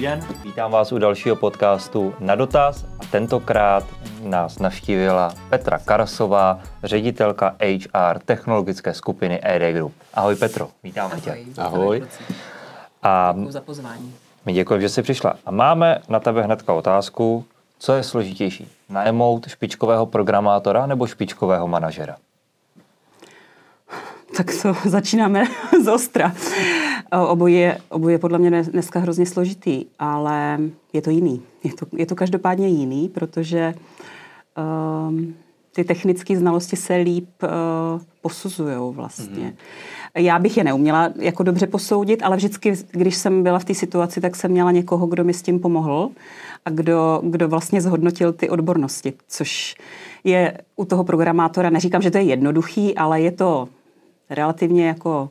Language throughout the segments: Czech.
den, vítám vás u dalšího podcastu Na dotaz a tentokrát nás navštívila Petra Karasová, ředitelka HR technologické skupiny ED Group. Ahoj Petro, vítáme tě. Ahoj. Děkuji za pozvání. My děkujeme, že jsi přišla. A máme na tebe hnedka otázku, co je složitější, najmout špičkového programátora nebo špičkového manažera? Tak to začínáme z ostra. Oboje je podle mě dneska hrozně složitý, ale je to jiný. Je to každopádně jiný, protože ty technické znalosti se líp posuzujou vlastně. Já bych je neuměla jako dobře posoudit, ale vždycky, když jsem byla v té situaci, tak jsem měla někoho, kdo mi s tím pomohl a kdo vlastně zhodnotil ty odbornosti, což je u toho programátora, neříkám, že to je jednoduchý, ale je to relativně jako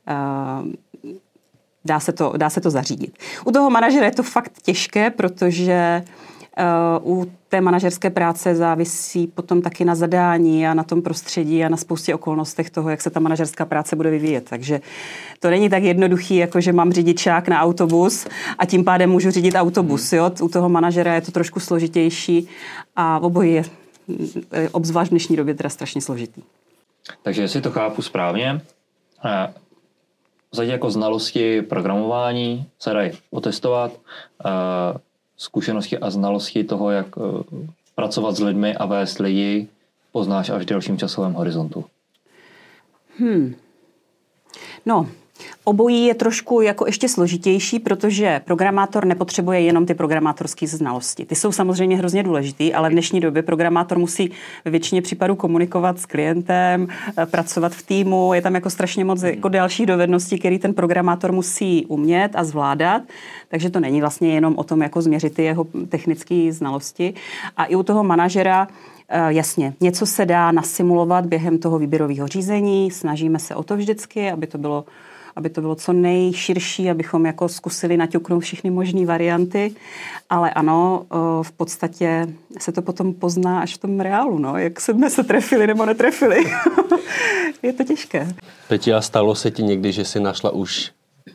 dá se to zařídit. U toho manažera je to fakt těžké, protože u té manažerské práce závisí potom taky na zadání a na tom prostředí a na spoustě okolnostech toho, jak se ta manažerská práce bude vyvíjet. Takže to není tak jednoduchý, jako že mám řidičák na autobus a tím pádem můžu řídit autobus. Jo? U toho manažera je to trošku složitější a obojí je obzvlášť v dnešní době teda strašně složitý. Takže jestli to chápu správně, vzadě jako znalosti programování se dají otestovat, zkušenosti a znalosti toho, jak pracovat s lidmi a vést lidi, poznáš až v delším časovém horizontu. No, obojí je trošku jako ještě složitější, protože programátor nepotřebuje jenom ty programátorské znalosti. Ty jsou samozřejmě hrozně důležitý, ale v dnešní době programátor musí ve většině případů komunikovat s klientem, pracovat v týmu, je tam jako strašně moc jako dalších dovedností, které ten programátor musí umět a zvládat, takže to není vlastně jenom o tom, jako změřit ty jeho technické znalosti. A i u toho manažera jasně, něco se dá nasimulovat během toho výběrového řízení, snažíme se o to vždycky, aby to bylo co nejširší, abychom jako zkusili naťuknout všechny možné varianty, ale ano, v podstatě se to potom pozná až v tom reálu, no, jak jsme se trefili nebo netrefili. Je to těžké. Peti, a stalo se ti někdy, že jsi našla už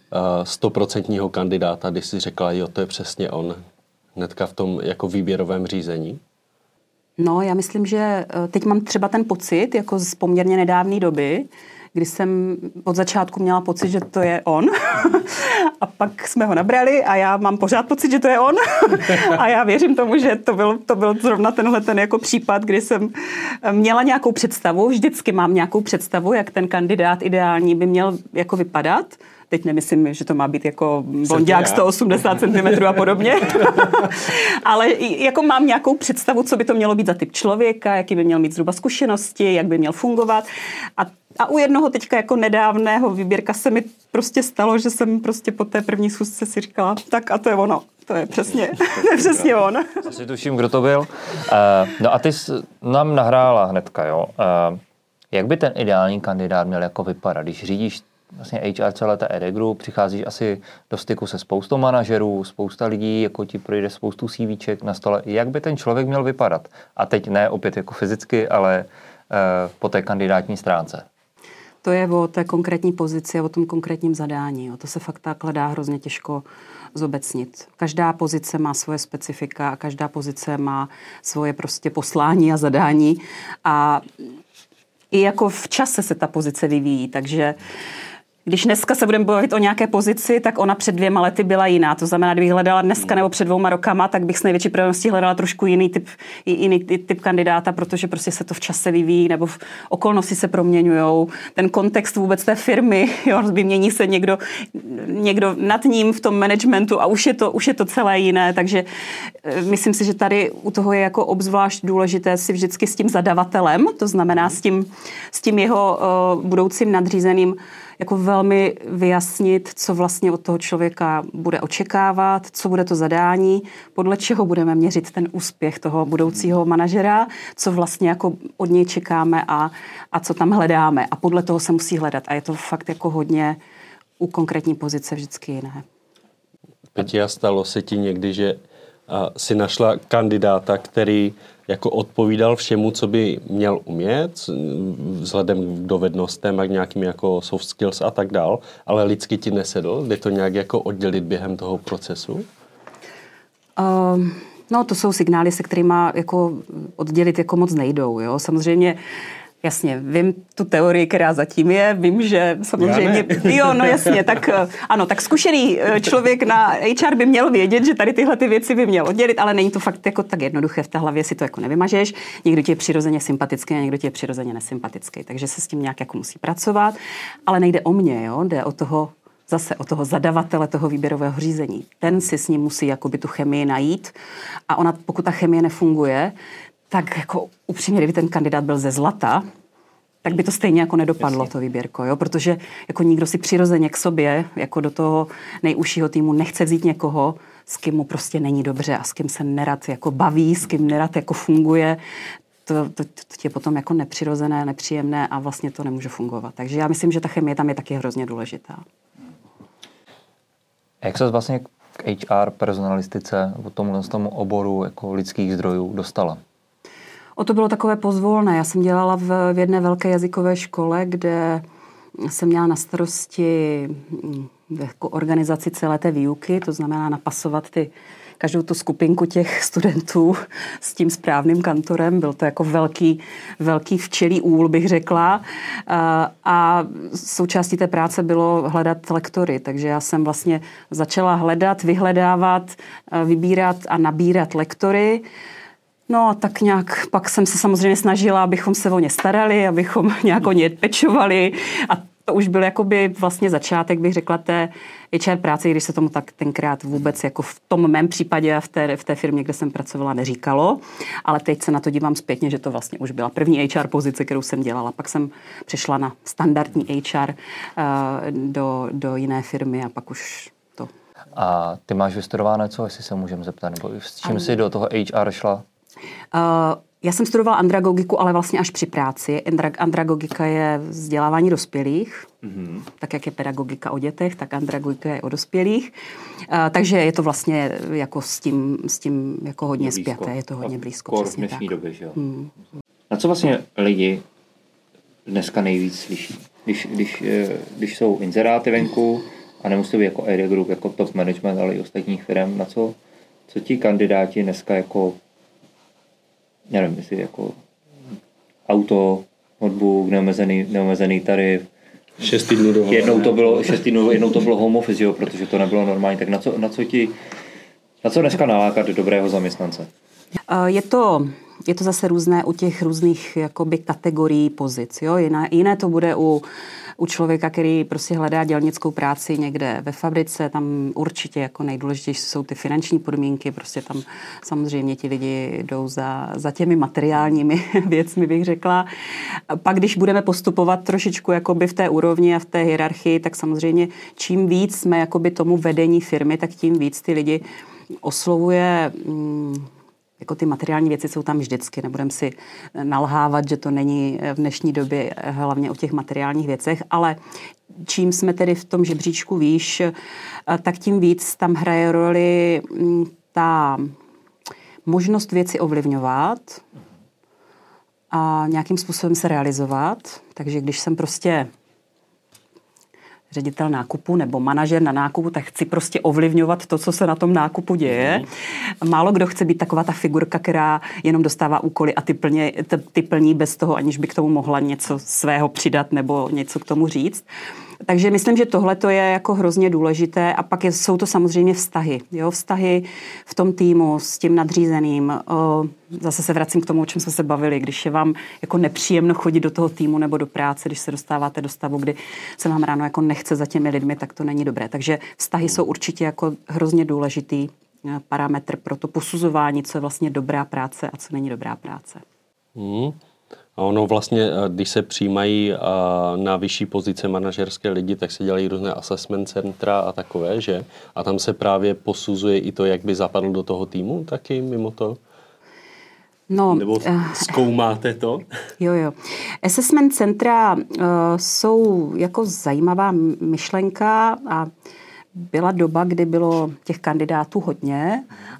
100% kandidáta, když jsi řekla, jo, to je přesně on, hnedka v tom jako výběrovém řízení? No, já myslím, že teď mám třeba ten pocit, jako z poměrně nedávné doby, kdy jsem od začátku měla pocit, že to je on a pak jsme ho nabrali a já mám pořád pocit, že to je on a já věřím tomu, že to byl zrovna ten jako případ, kdy jsem měla nějakou představu, vždycky mám nějakou představu, jak ten kandidát ideální by měl jako vypadat. Teď nemyslím, že to má být jako blonďák 180 cm a podobně, ale jako mám nějakou představu, co by to mělo být za typ člověka, jaký by měl mít zhruba zkušenosti, jak by měl fungovat. A u jednoho teďka jako nedávného výběrka se mi prostě stalo, že jsem prostě po té první schůzce si říkala, tak a to je ono. To je přesně on. Asi tuším, kdo to byl. No a ty jsi nám nahrála hnedka, jo. Jak by ten ideální kandidát měl jako vypadat, když řídíš vlastně HR celé té ED Group, přicházíš asi do styku se spoustou manažerů, spousta lidí, jako ti projde spoustu CVček na stole. Jak by ten člověk měl vypadat? A teď ne opět jako fyzicky, ale po té kandidátní stránce. To je o té konkrétní pozici a o tom konkrétním zadání. Jo. To se fakt takhle dá hrozně těžko zobecnit. Každá pozice má svoje specifika a každá pozice má svoje prostě poslání a zadání. A i jako v čase se ta pozice vyvíjí, takže když dneska se budeme bavit o nějaké pozici, tak ona před 2 lety byla jiná. To znamená, kdybych hledala dneska nebo před 2 rokama, tak bych s největší pravděpodobností hledala trošku jiný typ kandidáta, protože prostě se to v čase vyvíjí, nebo v okolnosti se proměňujou. Ten kontext vůbec té firmy, jo, vymění se někdo nad ním v tom managementu a už je to celé jiné. Takže myslím si, že tady u toho je jako obzvlášť důležité si vždycky s tím zadavatelem, to znamená s tím jeho budoucím nadřízeným, jako velmi vyjasnit, co vlastně od toho člověka bude očekávat, co bude to zadání, podle čeho budeme měřit ten úspěch toho budoucího manažera, co vlastně jako od něj čekáme a co tam hledáme. A podle toho se musí hledat. A je to fakt jako hodně u konkrétní pozice vždycky jiné. Peti, a stalo se ti někdy, že si našla kandidáta, který jako odpovídal všemu, co by měl umět, vzhledem k dovednostem a k nějakým jako soft skills a tak dál, ale lidsky ti nesedl? Jde to nějak jako oddělit během toho procesu? No, to jsou signály, se kterými jako oddělit jako moc nejdou. Jo? Samozřejmě, jasně, vím tu teorii, která zatím je, vím, že samozřejmě, jo, no jasně, tak ano, tak zkušený člověk na HR by měl vědět, že tady tyhle ty věci by měl oddělit, ale není to fakt jako tak jednoduché, v té hlavě si to jako nevymažeš, někdo ti je přirozeně sympatický a někdo ti je přirozeně nesympatický, takže se s tím nějak jako musí pracovat, ale nejde o mě, jo, jde o toho zadavatele toho výběrového řízení. Ten si s ním musí jakoby tu chemii najít a ona, pokud ta chemie nefunguje, tak jako upřímně, kdyby ten kandidát byl ze zlata, tak by to stejně jako nedopadlo, to výběrko, jo? Protože jako nikdo si přirozeně k sobě, jako do toho nejužšího týmu nechce vzít někoho, s kým mu prostě není dobře a s kým se nerad jako baví, s kým nerad jako funguje. To je potom jako nepřirozené, nepříjemné a vlastně to nemůže fungovat. Takže já myslím, že ta chemie tam je taky hrozně důležitá. Jak se vlastně k HR personalistice nebo tomu oboru jako lidských zdrojů dostala? To bylo takové pozvolné. Já jsem dělala v jedné velké jazykové škole, kde jsem měla na starosti jako organizaci celé té výuky, to znamená napasovat každou tu skupinku těch studentů s tím správným kantorem. Byl to jako velký včelí úl, bych řekla. A součástí té práce bylo hledat lektory. Takže já jsem vlastně začala vyhledávat, vybírat a nabírat lektory. No a tak nějak pak jsem se samozřejmě snažila, abychom se o ně starali, abychom nějak o ně pečovali a to už byl jakoby vlastně začátek, bych řekla, té HR práce, když se tomu tak tenkrát vůbec jako v tom mém případě a v té firmě, kde jsem pracovala, neříkalo. Ale teď se na to dívám zpětně, že to vlastně už byla první HR pozice, kterou jsem dělala. Pak jsem přešla na standardní HR do jiné firmy a pak už to. A ty máš vystudované co, jestli se můžeme zeptat, nebo s čím jsi do toho HR šla? Já jsem studovala andragogiku, ale vlastně až při práci. Andragogika je vzdělávání dospělých, tak jak je pedagogika o dětech, tak andragogika je o dospělých. Takže je to vlastně jako s tím jako hodně spjaté, je to hodně blízko. V dnešní době, že jo? Na co vlastně lidi dneska nejvíc slyší? Když jsou inzeráty venku, a nemusí to být jako Area Group, jako top management, ale i ostatních firm, na co ti kandidáti dneska jako nevím, jestli jako auto, notebook, neomezený tarif. 6 týdnů dovolené. Jednou to bylo home office, jo, protože to nebylo normální. Tak na co dneska nalákat dobrého zaměstnance? Je to zase různé u těch různých jakoby kategorií pozic. Jo? Jiné to bude u člověka, který prostě hledá dělnickou práci někde ve fabrice, tam určitě jako nejdůležitější jsou ty finanční podmínky, prostě tam samozřejmě ti lidi jdou za těmi materiálními věcmi, bych řekla. Pak, když budeme postupovat trošičku jakoby v té úrovni a v té hierarchii, tak samozřejmě čím víc jsme jakoby tomu vedení firmy, tak tím víc ty lidi oslovuje. Jako ty materiální věci jsou tam vždycky, nebudem si nalhávat, že to není v dnešní době hlavně o těch materiálních věcech, ale čím jsme tedy v tom žebříčku výš, tak tím víc tam hraje roli ta možnost věci ovlivňovat a nějakým způsobem se realizovat. Takže když jsem prostě ředitel nákupu nebo manažer na nákupu, tak chci prostě ovlivňovat to, co se na tom nákupu děje. Málo kdo chce být taková ta figurka, která jenom dostává úkoly a ty plní bez toho, aniž by k tomu mohla něco svého přidat nebo něco k tomu říct. Takže myslím, že tohle to je jako hrozně důležité a pak jsou to samozřejmě vztahy. Jo? Vztahy v tom týmu s tím nadřízeným. Zase se vracím k tomu, o čem jsme se bavili. Když je vám jako nepříjemno chodit do toho týmu nebo do práce, když se dostáváte do stavu, kdy se vám ráno jako nechce za těmi lidmi, tak to není dobré. Takže vztahy jsou určitě jako hrozně důležitý parametr pro to posuzování, co je vlastně dobrá práce a co není dobrá práce. A ono vlastně, když se přijímají na vyšší pozice manažerské lidi, tak se dělají různé assessment centra a takové, že? A tam se právě posuzuje i to, jak by zapadl do toho týmu taky mimo to? No, nebo zkoumáte to? Jo. Assessment centra jsou jako zajímavá myšlenka a byla doba, kdy bylo těch kandidátů hodně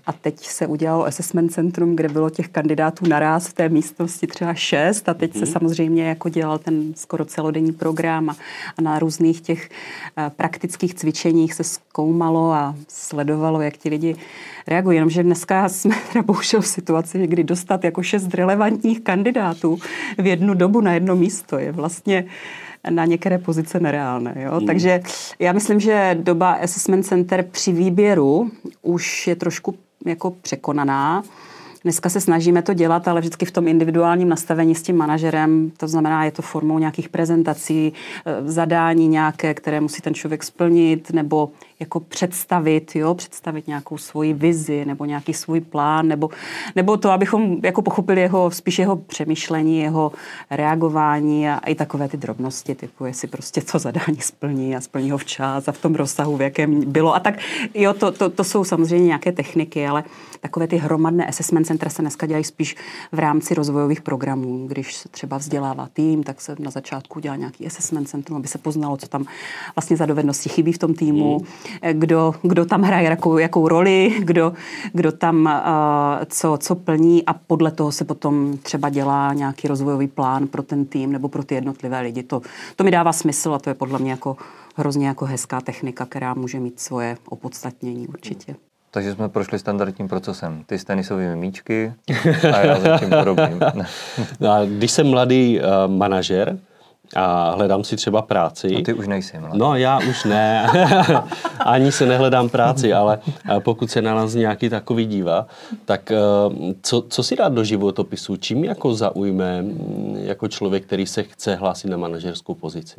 a teď se udělalo assessment centrum, kde bylo těch kandidátů naráz v té místnosti třeba 6 a teď se samozřejmě jako dělal ten skoro celodenní program a na různých těch praktických cvičeních se zkoumalo a sledovalo, jak ti lidi reagují. Jenomže dneska jsme teda bohužel v situaci, kdy dostat jako 6 relevantních kandidátů v jednu dobu na jedno místo je vlastně na některé pozice nereálné. Jo? Takže já myslím, že doba assessment center při výběru už je trošku jako překonaná. Dneska se snažíme to dělat, ale vždycky v tom individuálním nastavení s tím manažerem, to znamená, je to formou nějakých prezentací, zadání nějaké, které musí ten člověk splnit, nebo jako představit představit nějakou svoji vizi, nebo nějaký svůj plán, nebo to, abychom jako pochopili spíš jeho přemýšlení, jeho reagování a i takové ty drobnosti, typu jestli prostě to zadání splní a splní ho včas a v tom rozsahu, v jakém bylo. A tak to jsou samozřejmě nějaké techniky, ale takové ty hromadné assessment centra se dneska dělají spíš v rámci rozvojových programů. Když se třeba vzdělává tým, tak se na začátku dělá nějaký assessment centrum, aby se poznalo, co tam vlastně za dovednosti chybí v tom týmu, kdo tam hraje jakou roli, kdo tam co plní a podle toho se potom třeba dělá nějaký rozvojový plán pro ten tým nebo pro ty jednotlivé lidi. To mi dává smysl a to je podle mě jako hrozně jako hezká technika, která může mít svoje opodstatnění určitě. Takže jsme prošli standardním procesem. Ty s tenisovými míčky a já za tím podobným. Když jsem mladý manažer a hledám si třeba práci. No ty už nejsi mladý. No já už ne. Ani se nehledám práci, ale pokud se na nás nějaký takový dívá, tak co si dát do životopisu? Čím jako zaujme jako člověk, který se chce hlásit na manažerskou pozici?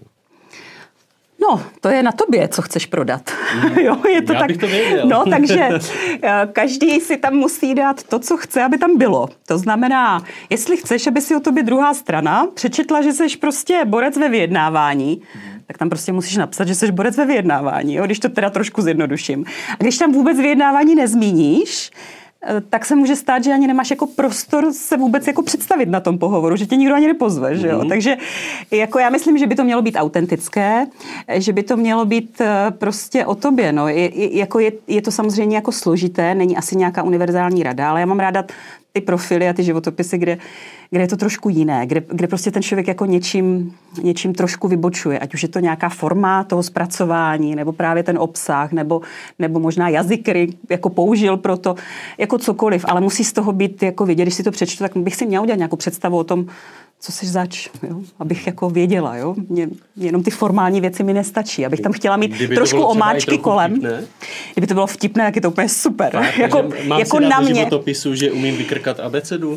No, to je na tobě, co chceš prodat. Jo, je to já tak. Bych to věděl. No, takže každý si tam musí dát to, co chce, aby tam bylo. To znamená, jestli chceš, aby si o tobě druhá strana přečetla, že jsi prostě borec ve vyjednávání, tak tam prostě musíš napsat, že jsi borec ve vyjednávání, jo, když to teda trošku zjednoduším. A když tam vůbec vyjednávání nezmíníš, tak se může stát, že ani nemáš jako prostor se vůbec jako představit na tom pohovoru, že tě nikdo ani nepozve, že jo? Takže jako já myslím, že by to mělo být autentické, že by to mělo být prostě o tobě, no. Je to samozřejmě jako složité, není asi nějaká univerzální rada, ale já mám ráda ty profily a ty životopisy, kde je to trošku jiné, kde prostě ten člověk jako něčím trošku vybočuje, ať už je to nějaká forma toho zpracování, nebo právě ten obsah, nebo možná jazyk, který jako použil pro to, jako cokoliv, ale musí z toho být jako vidět, když si to přečtu, tak bych si měla udělat nějakou představu o tom, co jsi zač, jo? Abych jako věděla, jo? Jenom ty formální věci mi nestačí, abych tam chtěla mít trošku omáčky kolem. Vtipné? Kdyby to bylo vtipné, tak je to úplně super. Tak, mám jako si na mě životopisu, že umím vykrkat abecedu.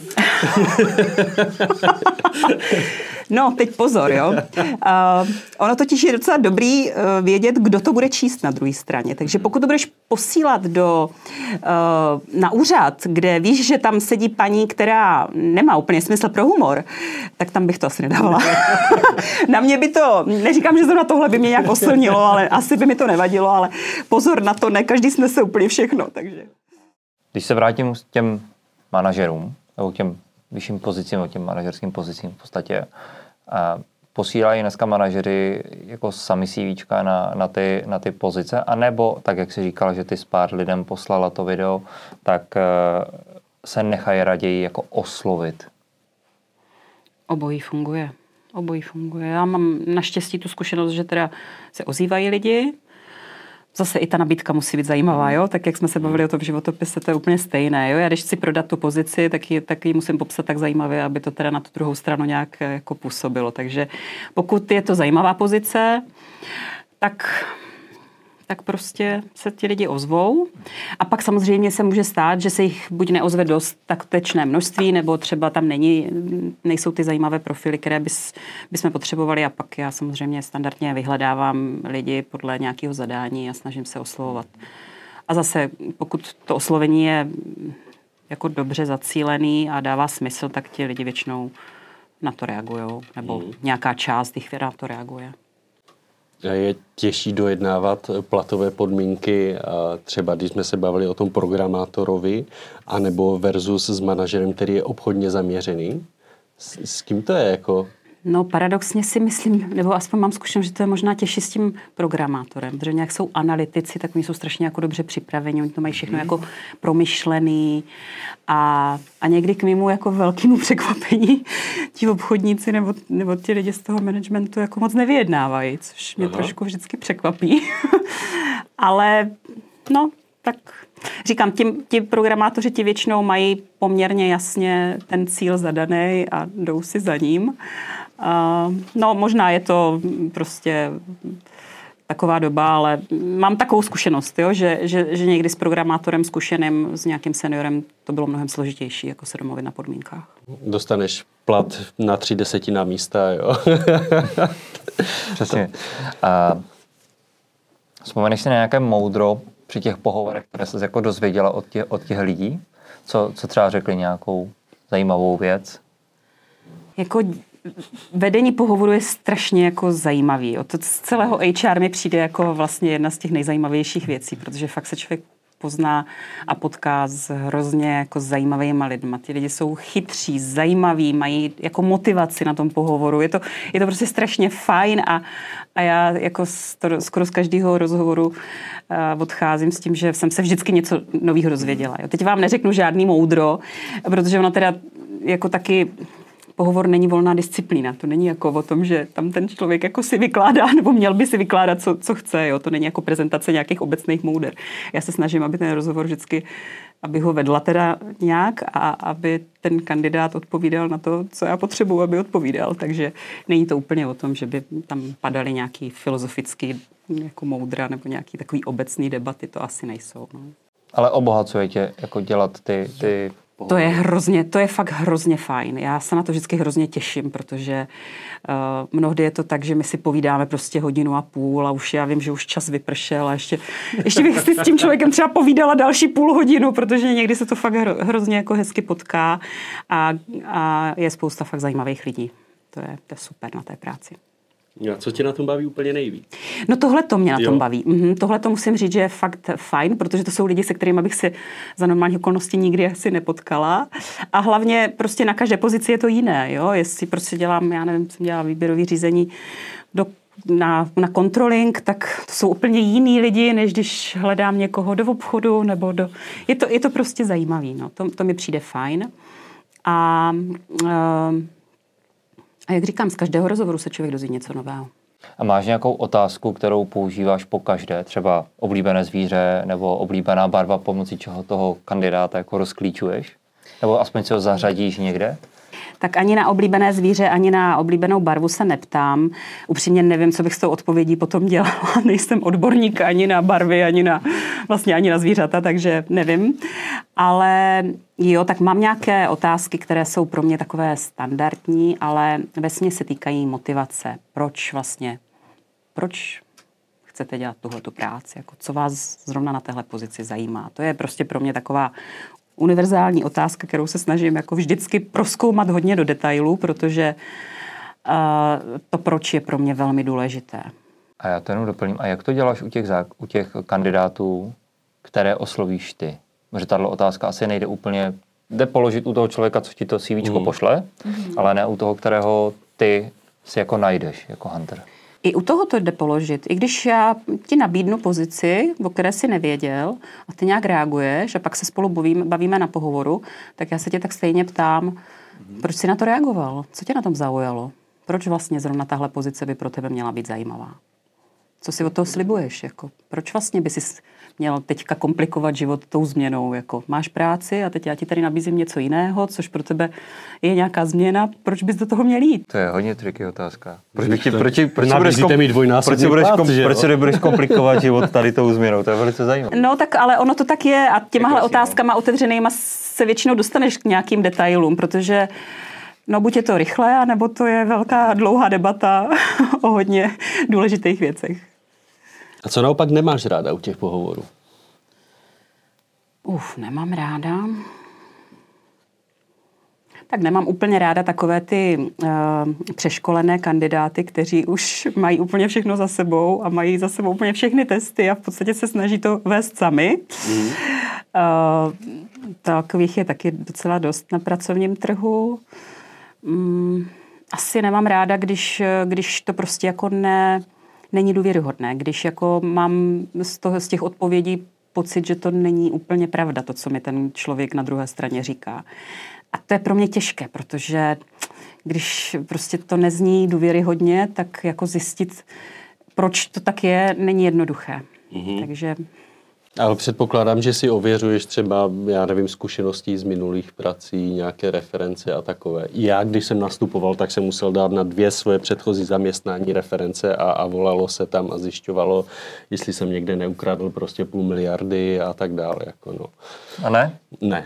No, teď pozor, jo. Ono totiž je docela dobrý vědět, kdo to bude číst na druhé straně. Takže pokud to budeš posílat na úřad, kde víš, že tam sedí paní, která nemá úplně smysl pro humor, tak tam bych to asi nedávala. Na mě by to, neříkám, že zrovna tohle by mě nějak oslnilo, ale asi by mi to nevadilo, ale pozor na to, ne každý snese úplně všechno. Takže. Když se vrátím k těm manažerům, nebo k těm vyšším pozicím, těm manažerským pozicím v podstatě, posílají dneska manažery jako sami CVčka na ty pozice, anebo, tak jak jsi říkala, že ty s pár lidem poslala to video, tak se nechají raději jako oslovit. Obojí funguje. Já mám naštěstí tu zkušenost, že teda se ozývají lidi. Zase i ta nabídka musí být zajímavá, jo? Tak jak jsme se bavili o tom životopise, to je úplně stejné. Jo? Já když chci prodat tu pozici, tak ji musím popsat tak zajímavě, aby to teda na tu druhou stranu nějak jako působilo. Takže pokud je to zajímavá pozice, tak prostě se ti lidi ozvou. A pak samozřejmě se může stát, že se jich buď neozve dostatečné množství, nebo třeba tam nejsou ty zajímavé profily, které bychom potřebovali, a pak já samozřejmě standardně vyhledávám lidi podle nějakého zadání a snažím se oslovovat. A zase, pokud to oslovení je jako dobře zacílený a dává smysl, tak ti lidi většinou na to reagujou, nebo nějaká část jich, která na to reaguje. Je těžší dojednávat platové podmínky, třeba když jsme se bavili o tom programátorovi, anebo versus s manažerem, který je obchodně zaměřený? S kým to je jako? No paradoxně si myslím, nebo aspoň mám zkušenost, že to je možná těžší s tím programátorem, protože nějak jsou analytici, tak oni jsou strašně jako dobře připraveni, oni to mají všechno jako promyšlený a někdy k mému jako velkému překvapení ti obchodníci nebo ti lidi z toho managementu jako moc nevyjednávají, což mě trošku vždycky překvapí. Ale no, tak říkám, ti programátoři ti většinou mají poměrně jasně ten cíl zadaný a jdou si za ním. No, možná je to prostě taková doba, ale mám takovou zkušenost, jo, že někdy s programátorem zkušeným, s nějakým seniorem to bylo mnohem složitější, jako se domluvit na podmínkách. Dostaneš plat na 3/10 místa, jo. Přesně. Vzpomeneš si na nějaké moudro při těch pohovorech, které jsi jako dozvěděla od těch lidí? Co třeba řekli nějakou zajímavou věc? Jako vedení pohovoru je strašně jako zajímavý. To z celého HR mi přijde jako vlastně jedna z těch nejzajímavějších věcí, protože fakt se člověk pozná a potká s hrozně jako zajímavými lidmi. Ti lidi jsou chytří, zajímaví, mají jako motivaci na tom pohovoru. Je to prostě strašně fajn a já jako skoro z každého rozhovoru odcházím s tím, že jsem se vždycky něco nového dozvěděla. Jo. Teď vám neřeknu žádný moudro, protože ono teda jako taky pohovor není volná disciplína. To není jako o tom, že tam ten člověk jako si vykládá, nebo měl by si vykládat, co chce. Jo. To není jako prezentace nějakých obecných mouder. Já se snažím, aby ten rozhovor vždycky, aby ho vedla teda nějak a aby ten kandidát odpovídal na to, co já potřebuji, aby odpovídal. Takže není to úplně o tom, že by tam padaly nějaký filozofický jako moudra nebo nějaký takový obecný debaty. To asi nejsou. No. Ale obohacuje tě jako dělat ty To je fakt hrozně fajn. Já se na to vždycky hrozně těším, protože mnohdy je to tak, že my si povídáme prostě 1,5 hodiny a už já vím, že už čas vypršel a ještě bych si s tím člověkem třeba povídala další 0,5 hodiny, protože někdy se to fakt hrozně jako hezky potká a je spousta fakt zajímavých lidí. To je super na té práci. A co tě na tom baví úplně nejvíc? No tohle to mě na tom baví. Tohle to musím říct, že je fakt fajn, protože to jsou lidi, se kterými bych se za normální okolnosti nikdy asi nepotkala. A hlavně prostě na každé pozici je to jiné. Jo? Jestli prostě dělám, já nevím, jsem dělala výběrový řízení na controlling, tak to jsou úplně jiný lidi, než když hledám někoho do obchodu nebo Je to prostě zajímavý. No. To mi přijde fajn. A jak říkám, z každého rozhovoru se člověk dozví něco nového. A máš nějakou otázku, kterou používáš pokaždé? Třeba oblíbené zvíře nebo oblíbená barva, pomocí čeho toho kandidáta jako rozklíčuješ? Nebo aspoň si ho zařadíš někde? Tak ani na oblíbené zvíře, ani na oblíbenou barvu se neptám. Upřímně nevím, co bych s tou odpovědí potom dělala. Nejsem odborník ani na barvy, ani na zvířata, takže nevím. Ale jo, tak mám nějaké otázky, které jsou pro mě takové standardní, ale vesměs se týkají motivace. Proč chcete dělat tuhletu práci? Jako, co vás zrovna na téhle pozici zajímá? To je prostě pro mě taková univerzální otázka, kterou se snažím jako vždycky prozkoumat hodně do detailů, protože to proč je pro mě velmi důležité. A já to jenom doplním. A jak to děláš u těch kandidátů, které oslovíš ty? Protože tato otázka asi nejde úplně, jde položit u toho člověka, co ti to CVčko pošle, ale ne u toho, kterého ty si jako najdeš jako hunter. I u toho to jde položit. I když já ti nabídnu pozici, o které jsi nevěděl a ty nějak reaguješ a pak se spolu bavíme na pohovoru, tak já se tě tak stejně ptám, proč jsi na to reagoval? Co tě na tom zaujalo? Proč vlastně zrovna tahle pozice by pro tebe měla být zajímavá? Co si od toho slibuješ? Jako, proč vlastně by si měl teďka komplikovat život tou změnou? Jako, máš práci a teď já ti tady nabízím něco jiného, což pro tebe je nějaká změna. Proč bys do toho měl jít? To je hodně triky otázka. Proč si budeš komplikovat život tady tou změnou? To je velice zajímavé. No tak ale ono to tak je a těmahle otázkama otevřenýma se většinou dostaneš k nějakým detailům, protože no buď je to rychle, anebo to je velká dlouhá debata o hodně důležitých věcech. A co naopak nemáš ráda u těch pohovorů? Nemám ráda. Tak nemám úplně ráda takové ty přeškolené kandidáty, kteří už mají úplně všechno za sebou a mají za sebou úplně všechny testy a v podstatě se snaží to vést sami. Takových je taky docela dost na pracovním trhu. asi nemám ráda, když to prostě jako není důvěryhodné, když jako mám z těch odpovědí pocit, že to není úplně pravda, to, co mi ten člověk na druhé straně říká. A to je pro mě těžké, protože když prostě to nezní důvěryhodně, tak jako zjistit, proč to tak je, není jednoduché. Takže... Ale předpokládám, že si ověřuješ třeba, já nevím, zkušeností z minulých prací, nějaké reference a takové. Já, když jsem nastupoval, tak jsem musel dát na 2 svoje předchozí zaměstnání reference a volalo se tam a zjišťovalo, jestli jsem někde neukradl prostě 500 miliony a tak dále. Jako no. A ne? Ne.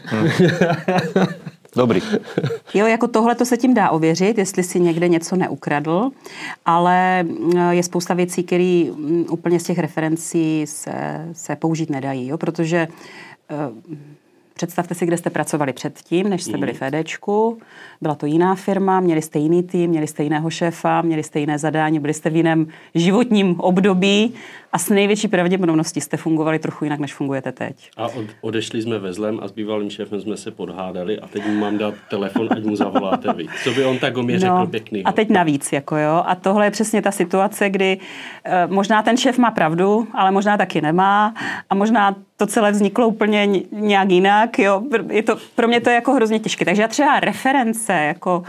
Dobrý. Jo, jako tohle to se tím dá ověřit, jestli si někde něco neukradl, ale je spousta věcí, které úplně z těch referencí se použít nedají, jo, protože představte si, kde jste pracovali předtím, než jste byli v EDčku, byla to jiná firma, měli jste jiný tým, měli jste jiného šéfa, měli jste jiné zadání, byli jste v jiném životním období a s největší pravděpodobností jste fungovali trochu jinak, než fungujete teď. A odešli jsme ve zlém a s bývalým šéfem jsme se podhádali a teď mu mám dát telefon, ať mu zavoláte vy. Co by on tak o mě řekl pěkný. A teď navíc, jako jo. A tohle je přesně ta situace, kdy možná ten šéf má pravdu, ale možná taky nemá a možná to celé vzniklo úplně nějak jinak, jo. Pro mě to je jako hrozně těžké. Takže já třeba reference jako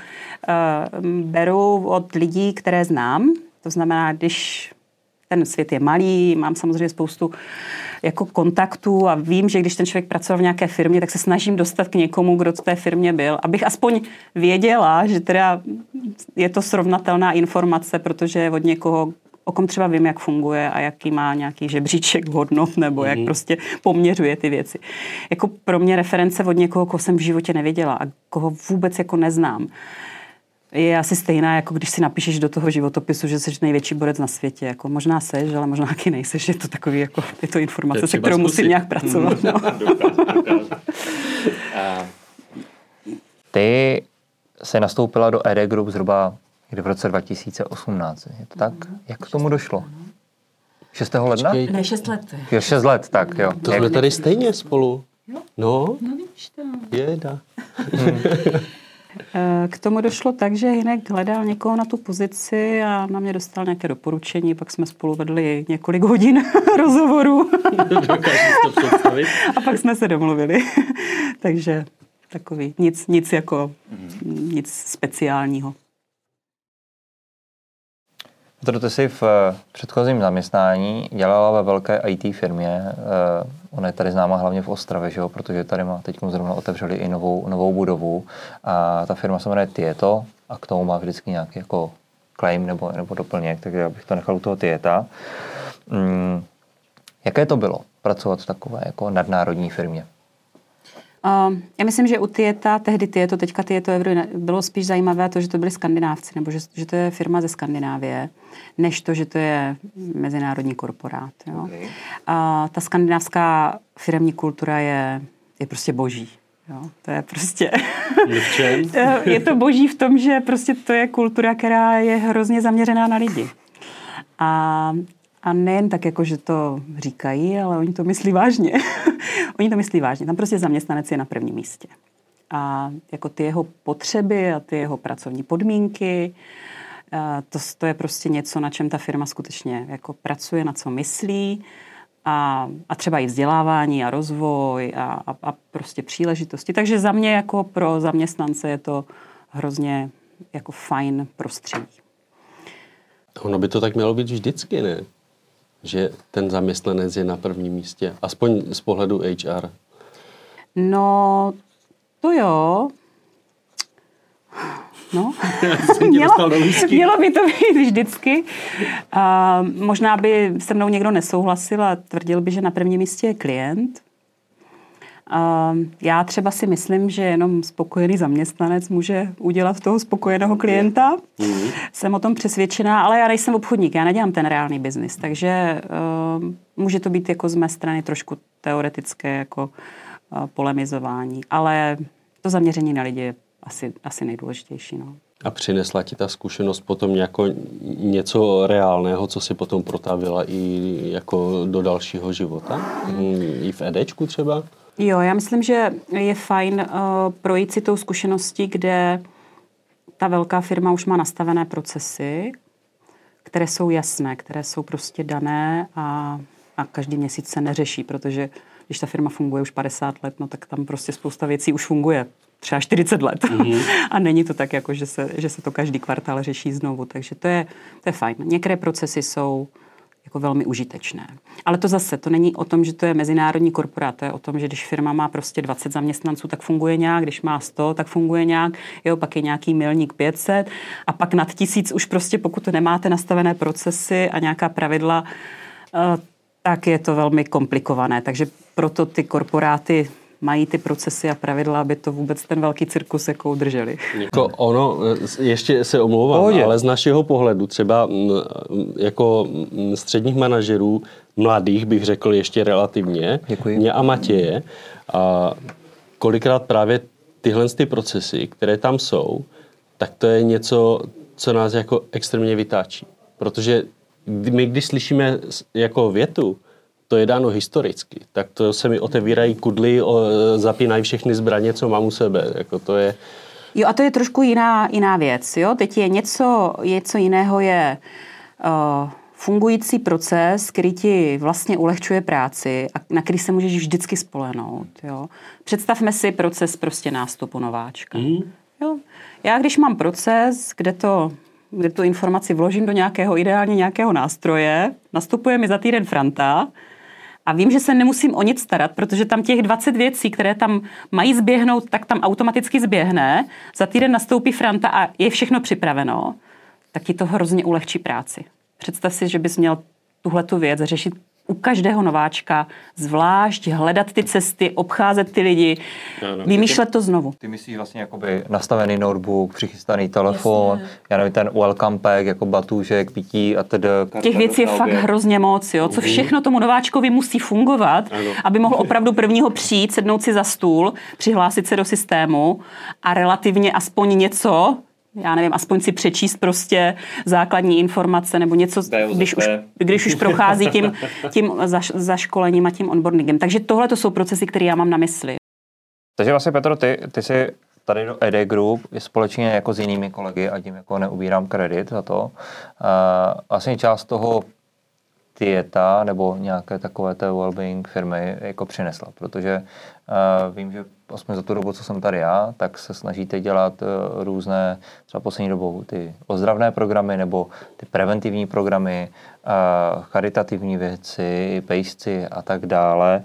beru od lidí, které znám. To znamená, když ten svět je malý, mám samozřejmě spoustu jako kontaktů a vím, že když ten člověk pracoval v nějaké firmě, tak se snažím dostat k někomu, kdo v té firmě byl, abych aspoň věděla, že teda je to srovnatelná informace, protože od někoho, o kom třeba vím, jak funguje a jaký má nějaký žebříček hodnot nebo jak prostě poměřuje ty věci. Jako pro mě reference od někoho, koho jsem v životě nevěděla a koho vůbec jako neznám, je asi stejná, jako když si napíšeš do toho životopisu, že jsi největší borec na světě. Jako možná seš, ale možná taky nejseš. Je to takový, jako, je to informace, se kterou musím nějak pracovat. No. Ty se nastoupila do ED Group zhruba někdy v roce 2018. Je to tak? Jak k tomu došlo? 6. ledna? Ne, 6 let. Jo, 6 let, tak jo. To jsme tady stejně spolu. Jo? No, víš to. Jeda. K tomu došlo tak, že Hynek hledal někoho na tu pozici a na mě dostal nějaké doporučení, pak jsme spolu vedli několik hodin rozhovorů. Dokážeš to představit? A pak jsme se domluvili. Takže takový, nic speciálního. Ty jsi v předchozím zaměstnání dělala ve velké IT firmě. Ona je tady známá hlavně v Ostravě, že jo? Protože tady má teď zrovna otevřeli i novou budovu. A ta firma se jmenuje Tieto a k tomu má vždycky nějaký jako claim nebo doplněk, takže já bych to nechal u toho Tieta. Jaké to bylo pracovat v takové jako nadnárodní firmě? Já myslím, že u Tieta, tehdy Tieto, teďka Tieto bylo spíš zajímavé to, že to byli Skandinávci, nebo že to je firma ze Skandinávie, než to, že to je mezinárodní korporát. Jo. Okay. Ta skandinávská firemní kultura je prostě boží. Jo. To je prostě... je to boží v tom, že prostě to je kultura, která je hrozně zaměřená na lidi. A nejen tak, jako že to říkají, ale oni to myslí vážně. Oni to myslí vážně. Tam prostě zaměstnanec je na prvním místě. A jako ty jeho potřeby a ty jeho pracovní podmínky, to je prostě něco, na čem ta firma skutečně jako pracuje, na co myslí. A třeba i vzdělávání a rozvoj a prostě příležitosti. Takže za mě jako pro zaměstnance je to hrozně jako fajn prostředí. Ono by to tak mělo být vždycky, ne? Že ten zaměstnanec je na prvním místě. Aspoň z pohledu HR. No, to jo. No, mělo by to být vždycky. Možná by se mnou někdo nesouhlasil a tvrdil by, že na prvním místě je klient. Já třeba si myslím, že jenom spokojený zaměstnanec může udělat toho spokojeného klienta. Jsem o tom přesvědčená, ale já nejsem obchodník, já nedělám ten reálný biznis, takže může to být jako z mé strany trošku teoretické jako polemizování, ale to zaměření na lidi je asi nejdůležitější. No. A přinesla ti ta zkušenost potom jako něco reálného, co si potom protavila i jako do dalšího života? I v EDčku třeba? Jo, já myslím, že je fajn projít si tou zkušeností, kde ta velká firma už má nastavené procesy, které jsou jasné, které jsou prostě dané a každý měsíc se neřeší, protože když ta firma funguje už 50 let, no tak tam prostě spousta věcí už funguje třeba 40 let. A není to tak, jako, že se to každý kvartál řeší znovu. Takže to je fajn. Některé procesy jsou jako velmi užitečné. Ale to není o tom, že to je mezinárodní korporát, to je o tom, že když firma má prostě 20 zaměstnanců, tak funguje nějak, když má 100, tak funguje nějak, pak je nějaký milník 500 a pak nad 1000 už prostě, pokud nemáte nastavené procesy a nějaká pravidla, tak je to velmi komplikované. Takže proto ty korporáty mají ty procesy a pravidla, aby to vůbec ten velký cirkus jako udrželi. Jako ono, ještě se omlouvám, ale z našeho pohledu třeba jako středních manažerů, mladých bych řekl ještě relativně, mě a Matěje, a kolikrát právě tyhle ty procesy, které tam jsou, tak to je něco, co nás jako extrémně vytáčí. Protože my, když slyšíme jako větu, to je dáno historicky, tak to se mi otevírají kudly, zapínají všechny zbraně, co mám u sebe. Jako to je... Jo, a to je trošku jiná věc. Jo? Teď je něco jiného je fungující proces, který ti vlastně ulehčuje práci a na který se můžeš vždycky spolehnout. Jo? Představme si proces prostě nástupu nováčka. Jo? Já když mám proces, kde tu informaci vložím do ideálně nějakého nástroje, nastupuje mi za týden Franta a vím, že se nemusím o nic starat, protože tam těch 20 věcí, které tam mají zběhnout, tak tam automaticky zběhne. Za týden nastoupí Franta a je všechno připraveno, tak ti to hrozně ulehčí práci. Představ si, že bys měl tuhletu věc řešit u každého nováčka, zvlášť hledat ty cesty, obcházet ty lidi, vymýšlet to znovu. Ty myslíš vlastně jakoby nastavený notebook, přichystaný telefon, já nevím, ten welcome pack, jako batůžek, pití a tedy. Těch věcí je fakt hrozně moc, jo. Co všechno tomu nováčkovi musí fungovat, aby mohl opravdu prvního přijít, sednout si za stůl, přihlásit se do systému a relativně aspoň něco, já nevím, aspoň si přečíst prostě základní informace nebo něco, když už prochází tím zaškolením a tím onboardingem. Takže tohle to jsou procesy, které já mám na mysli. Takže vlastně, Petro, ty jsi tady do ED Group společně jako s jinými kolegy, a tím jako neubírám kredit za to. Vlastně část toho dieta nebo nějaké takové té well-being firmy jako přinesla, protože vím, že aspoň za tu dobu, co jsem tady já, tak se snažíte dělat různé, třeba poslední dobou ty ozdravné programy nebo ty preventivní programy, charitativní věci, pejsci a tak dále.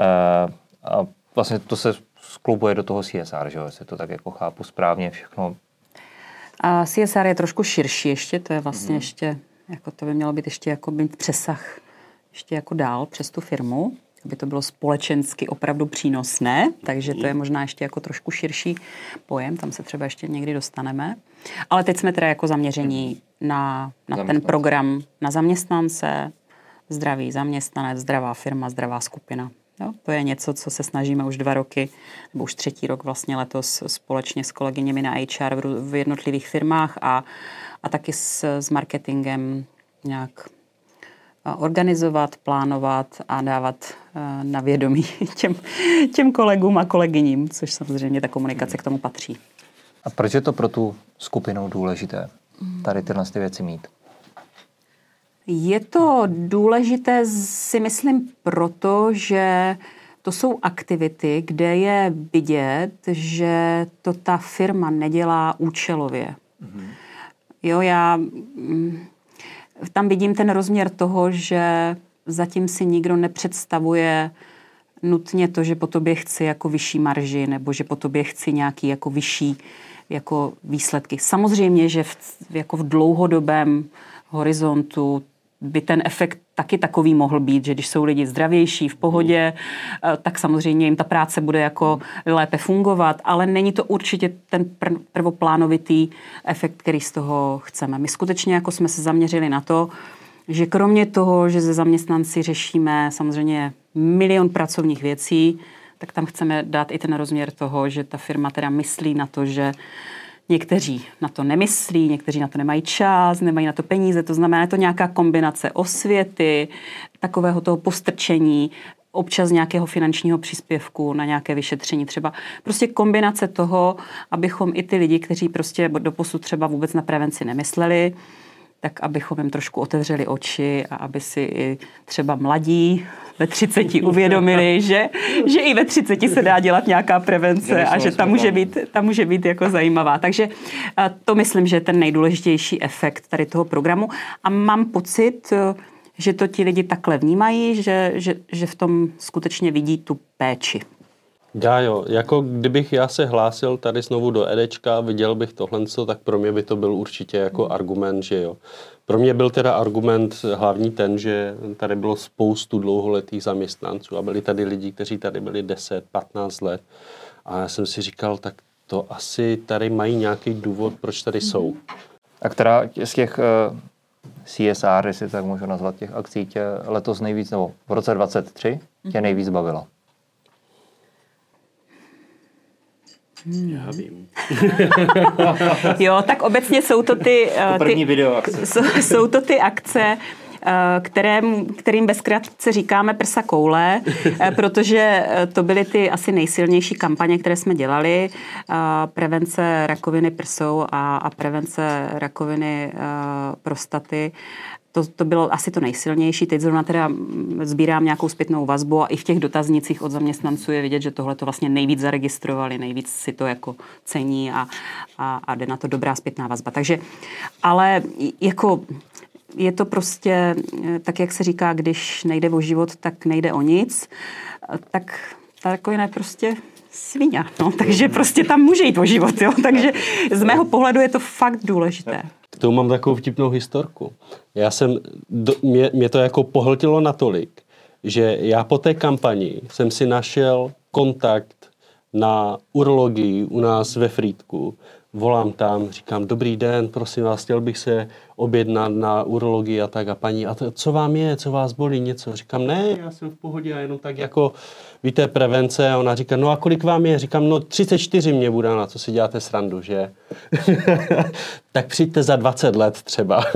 A vlastně to se skloubuje do toho CSR, že jo, jestli to tak jako chápu správně všechno. A CSR je trošku širší ještě, to je vlastně ještě, jako to by mělo být ještě jako být přesah ještě jako dál přes tu firmu, aby to bylo společensky opravdu přínosné, takže to je možná ještě jako trošku širší pojem, tam se třeba ještě někdy dostaneme. Ale teď jsme teda jako zaměření na ten program na zaměstnance, zdravý zaměstnanec, zdravá firma, zdravá skupina. Jo? To je něco, co se snažíme už 2 roky, nebo už 3. rok vlastně letos společně s kolegyněmi na HR v jednotlivých firmách a taky s marketingem nějak organizovat, plánovat a dávat na vědomí těm kolegům a kolegyním, což samozřejmě ta komunikace k tomu patří. A proč je to pro tu skupinu důležité tady tyhle věci mít? Je to důležité, si myslím, proto, že to jsou aktivity, kde je vidět, že to ta firma nedělá účelově. Jo, já tam vidím ten rozměr toho, že zatím si nikdo nepředstavuje nutně to, že po tobě chci jako vyšší marži nebo že po tobě chci nějaký jako vyšší jako výsledky. Samozřejmě, že jako v dlouhodobém horizontu by ten efekt taky takový mohl být, že když jsou lidi zdravější, v pohodě, tak samozřejmě jim ta práce bude jako lépe fungovat, ale není to určitě ten prvoplánovitý efekt, který z toho chceme. My skutečně jako jsme se zaměřili na to, že kromě toho, že ze zaměstnanci řešíme samozřejmě milion pracovních věcí, tak tam chceme dát i ten rozměr toho, že ta firma teda myslí na to, že někteří na to nemyslí, někteří na to nemají čas, nemají na to peníze, to znamená, je to nějaká kombinace osvěty, takového toho postrčení, občas nějakého finančního příspěvku na nějaké vyšetření třeba. Prostě kombinace toho, abychom i ty lidi, kteří prostě doposud třeba vůbec na prevenci nemysleli, tak abychom jim trošku otevřeli oči a aby si i třeba mladí ve 30 uvědomili, že i ve 30 se dá dělat nějaká prevence a že ta může být jako zajímavá. Takže to myslím, že je ten nejdůležitější efekt tady toho programu. A mám pocit, že to ti lidi takhle vnímají, že v tom skutečně vidí tu péči. Jo, jako kdybych já se hlásil tady znovu do Edečka, viděl bych tohle, tak pro mě by to byl určitě jako argument, že jo. Pro mě byl teda argument hlavní ten, že tady bylo spoustu dlouholetých zaměstnanců a byli tady lidi, kteří tady byli 10-15 let. A já jsem si říkal, tak to asi tady mají nějaký důvod, proč tady jsou. A která z těch CSR, jestli tak můžu nazvat, těch akcí tě letos nejvíc, nebo v roce 2023 tě nejvíc bavila? Já vím. Jo, tak obecně jsou to ty... první videoakce. Jsou to ty akce, kterým bezkrátce říkáme prsa koule, protože to byly ty asi nejsilnější kampaně, které jsme dělali. Prevence rakoviny prsou a prevence rakoviny prostaty. To bylo asi to nejsilnější. Teď zrovna teda sbírám nějakou zpětnou vazbu a i v těch dotaznicích od zaměstnanců je vidět, že tohle to vlastně nejvíc zaregistrovali, nejvíc si to jako cení a jde na to dobrá zpětná vazba. Takže, ale jako je to prostě, tak jak se říká, když nejde o život, tak nejde o nic, tak ta rakovina je prostě svině. No, takže prostě tam může jít o život. Jo? Takže z mého pohledu je to fakt důležité. K tomu mám takovou vtipnou historku. Mě to jako pohltilo natolik, že já po té kampani jsem si našel kontakt na urologii u nás ve Frýdku. Volám tam, říkám, dobrý den, prosím vás, chtěl bych se objednat na urologii a tak. A paní, a to, co vám je, co vás bolí, něco? Říkám, ne, já jsem v pohodě a jenom tak jako, víte, prevence. A ona říká, no a kolik vám je? Říkám, no 34 mě bude, na co si děláte srandu, že? Tak přijďte za 20 let třeba.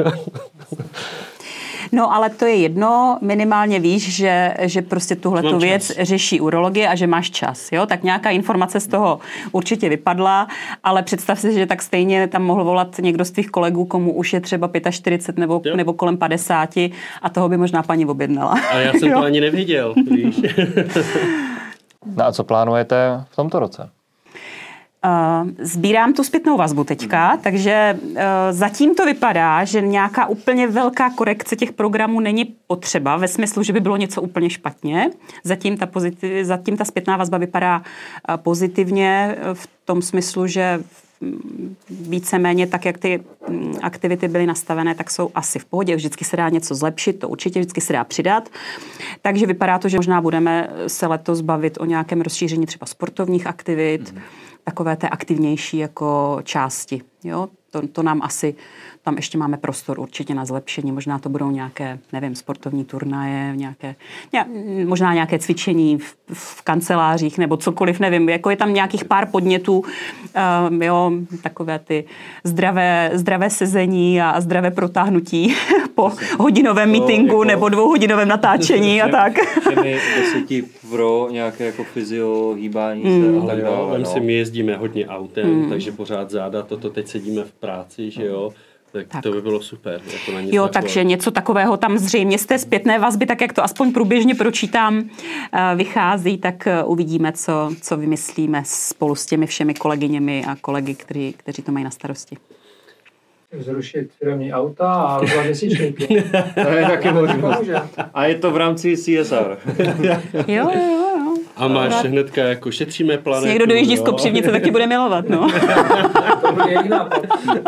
No, ale to je jedno, minimálně víš, že prostě tuhletu věc řeší urologie a že máš čas, jo? Tak nějaká informace z toho určitě vypadla, ale představ si, že tak stejně tam mohl volat někdo z tvých kolegů, komu už je třeba 45 nebo kolem 50 a toho by možná paní objednala. A já jsem to ani neviděl, víš. No a co plánujete v tomto roce? Sbírám tu zpětnou vazbu teďka, takže zatím to vypadá, že nějaká úplně velká korekce těch programů není potřeba, ve smyslu, že by bylo něco úplně špatně. Zatím ta zpětná vazba vypadá pozitivně v tom smyslu, že víceméně tak, jak ty aktivity byly nastavené, tak jsou asi v pohodě. Vždycky se dá něco zlepšit, to určitě vždycky se dá přidat. Takže vypadá to, že možná budeme se letos bavit o nějakém rozšíření třeba sportovních aktivit, takové té aktivnější jako části. Jo? To nám asi, tam ještě máme prostor určitě na zlepšení. Možná to budou nějaké, nevím, sportovní turnaje, možná nějaké cvičení v kancelářích nebo cokoliv, nevím. Jako je tam nějakých pár podnětů, jo, takové ty zdravé sezení a zdravé protáhnutí po hodinovém meetingu nebo 2hodinovém natáčení a tak. Všemi 10 pro nějaké jako fyzio, hýbání se a tak dále. My jezdíme hodně autem, takže pořád záda, teď sedíme v práci, že jo. Tak to by bylo super. Jako na jo, takže něco takového tam zřejmě z té zpětné vazby, tak jak to aspoň průběžně pročítám, vychází, tak uvidíme, co vymyslíme spolu s těmi všemi kolegyněmi a kolegy, kteří to mají na starosti. Zrušit firemní auta a rozvat měsíčníky. To je taky možnost. A je to v rámci CSR. Jo. A máš hnedka jako šetříme planetu. Někdo dojíždí z Kopřivnice, tak tě bude milovat, no. To bude jejich nápad.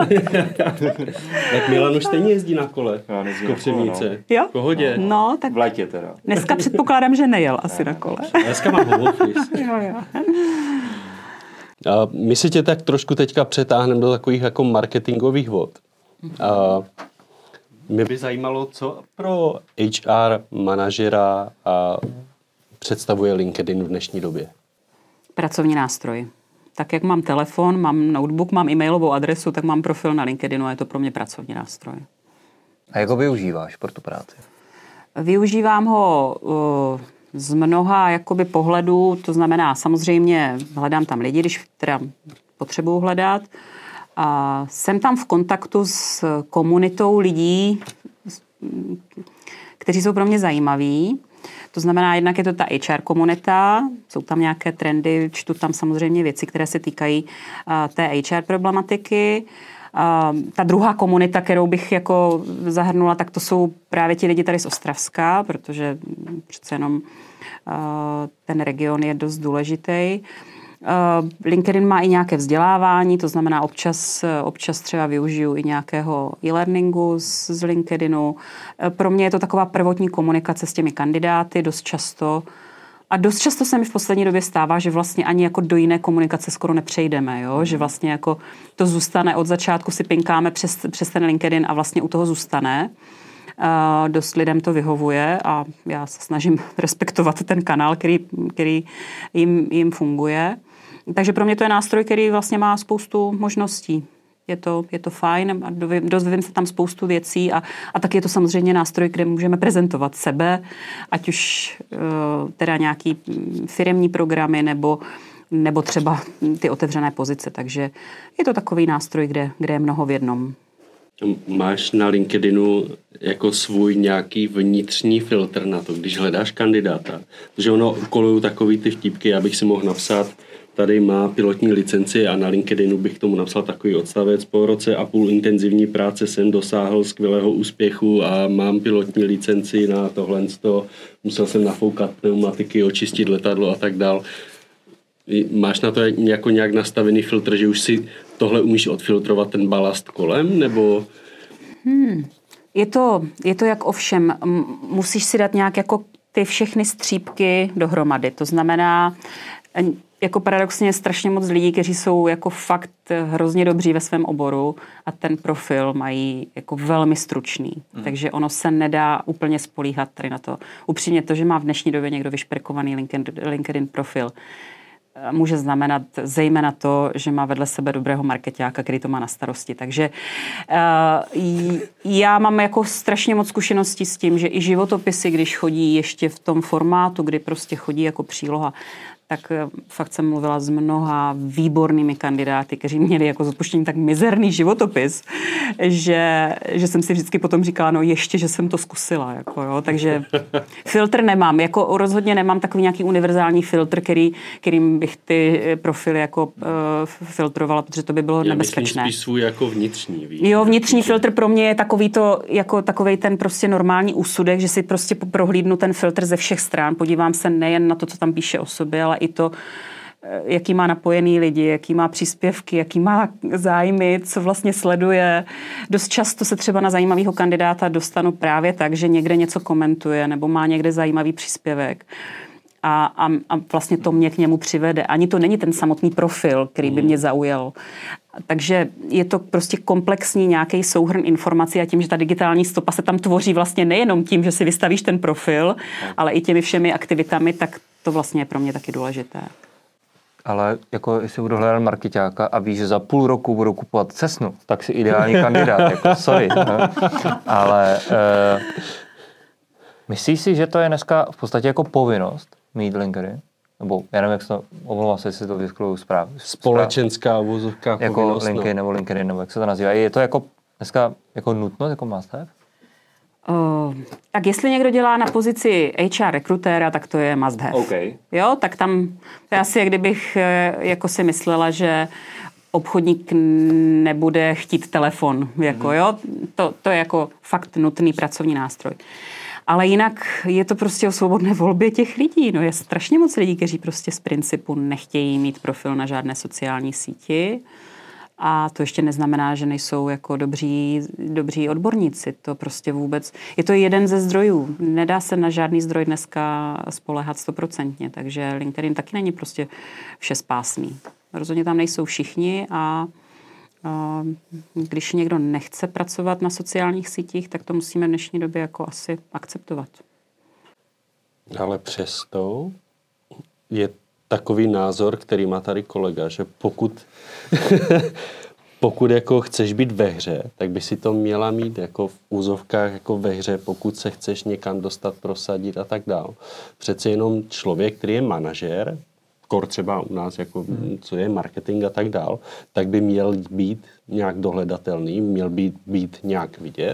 Tak Milan už stejně jezdí na kole z Kopřivnice. Jo? V pohodě. No, tak v létě teda. Dneska předpokládám, že nejel asi na kole. Dneska mám home office. Jo. A my si tě tak trošku teďka přetáhneme do takových jako marketingových vod. Mě by zajímalo, co pro HR manažera představuje LinkedIn v dnešní době. Pracovní nástroj. Tak jak mám telefon, mám notebook, mám e-mailovou adresu, tak mám profil na LinkedInu a je to pro mě pracovní nástroj. A jak ho využíváš pro tu práci? Využívám ho z mnoha jakoby pohledů, to znamená samozřejmě hledám tam lidi, když teda potřebuju hledat. A jsem tam v kontaktu s komunitou lidí, kteří jsou pro mě zajímaví. To znamená, jednak je to ta HR komunita, jsou tam nějaké trendy, čtu tam samozřejmě věci, které se týkají té HR problematiky. Ta druhá komunita, kterou bych jako zahrnula, tak to jsou právě ti lidi tady z Ostravska, protože přece jenom ten region je dost důležitý. LinkedIn má i nějaké vzdělávání, to znamená občas třeba využiju i nějakého e-learningu z LinkedInu. Pro mě je to taková prvotní komunikace s těmi kandidáty dost často. A dost často se mi v poslední době stává, že vlastně ani jako do jiné komunikace skoro nepřejdeme, jo? Že vlastně jako to zůstane od začátku, si pinkáme přes ten LinkedIn a vlastně u toho zůstane. Dost lidem to vyhovuje a já se snažím respektovat ten kanál, který jim funguje. Takže pro mě to je nástroj, který vlastně má spoustu možností. Je to fajn a dozvím se tam spoustu věcí a taky je to samozřejmě nástroj, kde můžeme prezentovat sebe, ať už teda nějaký firemní programy nebo třeba ty otevřené pozice. Takže je to takový nástroj, kde je mnoho v jednom. Máš na LinkedInu jako svůj nějaký vnitřní filtr na to, když hledáš kandidáta? Protože ono kolují takový ty vtípky, já bych si mohl napsat, tady má pilotní licenci a na LinkedInu bych tomu napsal takový odstavec. Po roce a půl intenzivní práce jsem dosáhl skvělého úspěchu a mám pilotní licenci na tohle. Musel jsem nafoukat pneumatiky, očistit letadlo a tak dál. Máš na to jako nějak nastavený filtr, že už si tohle umíš odfiltrovat ten balast kolem, nebo? Je to jak ovšem. Musíš si dát nějak jako ty všechny střípky dohromady. To znamená, jako paradoxně je strašně moc lidí, kteří jsou jako fakt hrozně dobří ve svém oboru a ten profil mají jako velmi stručný. Takže ono se nedá úplně spolíhat tady na to. Upřímně to, že má v dnešní době někdo vyšperkovaný LinkedIn profil, může znamenat zejména to, že má vedle sebe dobrého markeťáka, který to má na starosti. Takže já mám jako strašně moc zkušeností s tím, že i životopisy, když chodí ještě v tom formátu, kdy prostě chodí jako příloha, tak fakt jsem mluvila s mnoha výbornými kandidáty, kteří měli jako s odpuštěním tak mizerný životopis, že jsem si vždycky potom říkala, no ještě, že jsem to zkusila. Jako, jo. Takže filtr nemám. Jako rozhodně nemám takový nějaký univerzální filtr, kterým bych ty profily jako filtrovala, protože to by bylo nebezpečné. Já myslím spíš svůj jako vnitřní. Jo, vnitřní filtr pro mě je takovej ten prostě normální úsudek, že si prostě prohlídnu ten filtr ze všech stran, podívám se nejen na to, co tam píše o sobě, ale i to, jaký má napojený lidi, jaký má příspěvky, jaký má zájmy, co vlastně sleduje. Dost často se třeba na zajímavého kandidáta dostanu právě tak, že někde něco komentuje nebo má někde zajímavý příspěvek. A vlastně to mě k němu přivede. Ani to není ten samotný profil, který by mě zaujal. Takže je to prostě komplexní nějaký souhrn informací a tím, že ta digitální stopa se tam tvoří vlastně nejenom tím, že si vystavíš ten profil, ale i těmi všemi aktivitami, tak to vlastně je pro mě taky důležité. Ale jako jestli budu hledat markeťáka a víš, že za půl roku budu kupovat Cessnu, tak si ideální kandidát, jako sorry. Ale myslíš si, že to je dneska v podstatě jako povinnost mít LinkedIn? Nebo já nevím, jak se to, omlouvám se, jestli to vyskluju správně. Společenská uvozovka jako povinnost. LinkedIn nebo LinkedIn, nebo jak se to nazývá. Je to jako dneska jako nutnost, jako must have? Tak jestli někdo dělá na pozici HR rekrutéra, tak to je must have. Okay. Jo, tak tam to je asi, jak kdybych jako si myslela, že obchodník nebude chtít telefon. Jako, jo? To je jako fakt nutný pracovní nástroj. Ale jinak je to prostě o svobodné volbě těch lidí. No je strašně moc lidí, kteří prostě z principu nechtějí mít profil na žádné sociální síti. A to ještě neznamená, že nejsou jako dobří odborníci. To prostě vůbec... Je to jeden ze zdrojů. Nedá se na žádný zdroj dneska spoléhat 100%. Takže LinkedIn taky není prostě všespásný. Rozhodně tam nejsou všichni a když někdo nechce pracovat na sociálních sítích, tak to musíme v dnešní době jako asi akceptovat. Ale přesto je takový názor, který má tady kolega, že pokud jako chceš být ve hře, tak by si to měla mít jako v úzovkách jako ve hře, pokud se chceš někam dostat, prosadit a tak dál. Přece jenom člověk, který je manažer, kor třeba u nás, jako, co je marketing a tak dál, tak by měl být nějak dohledatelný, měl být nějak vidět,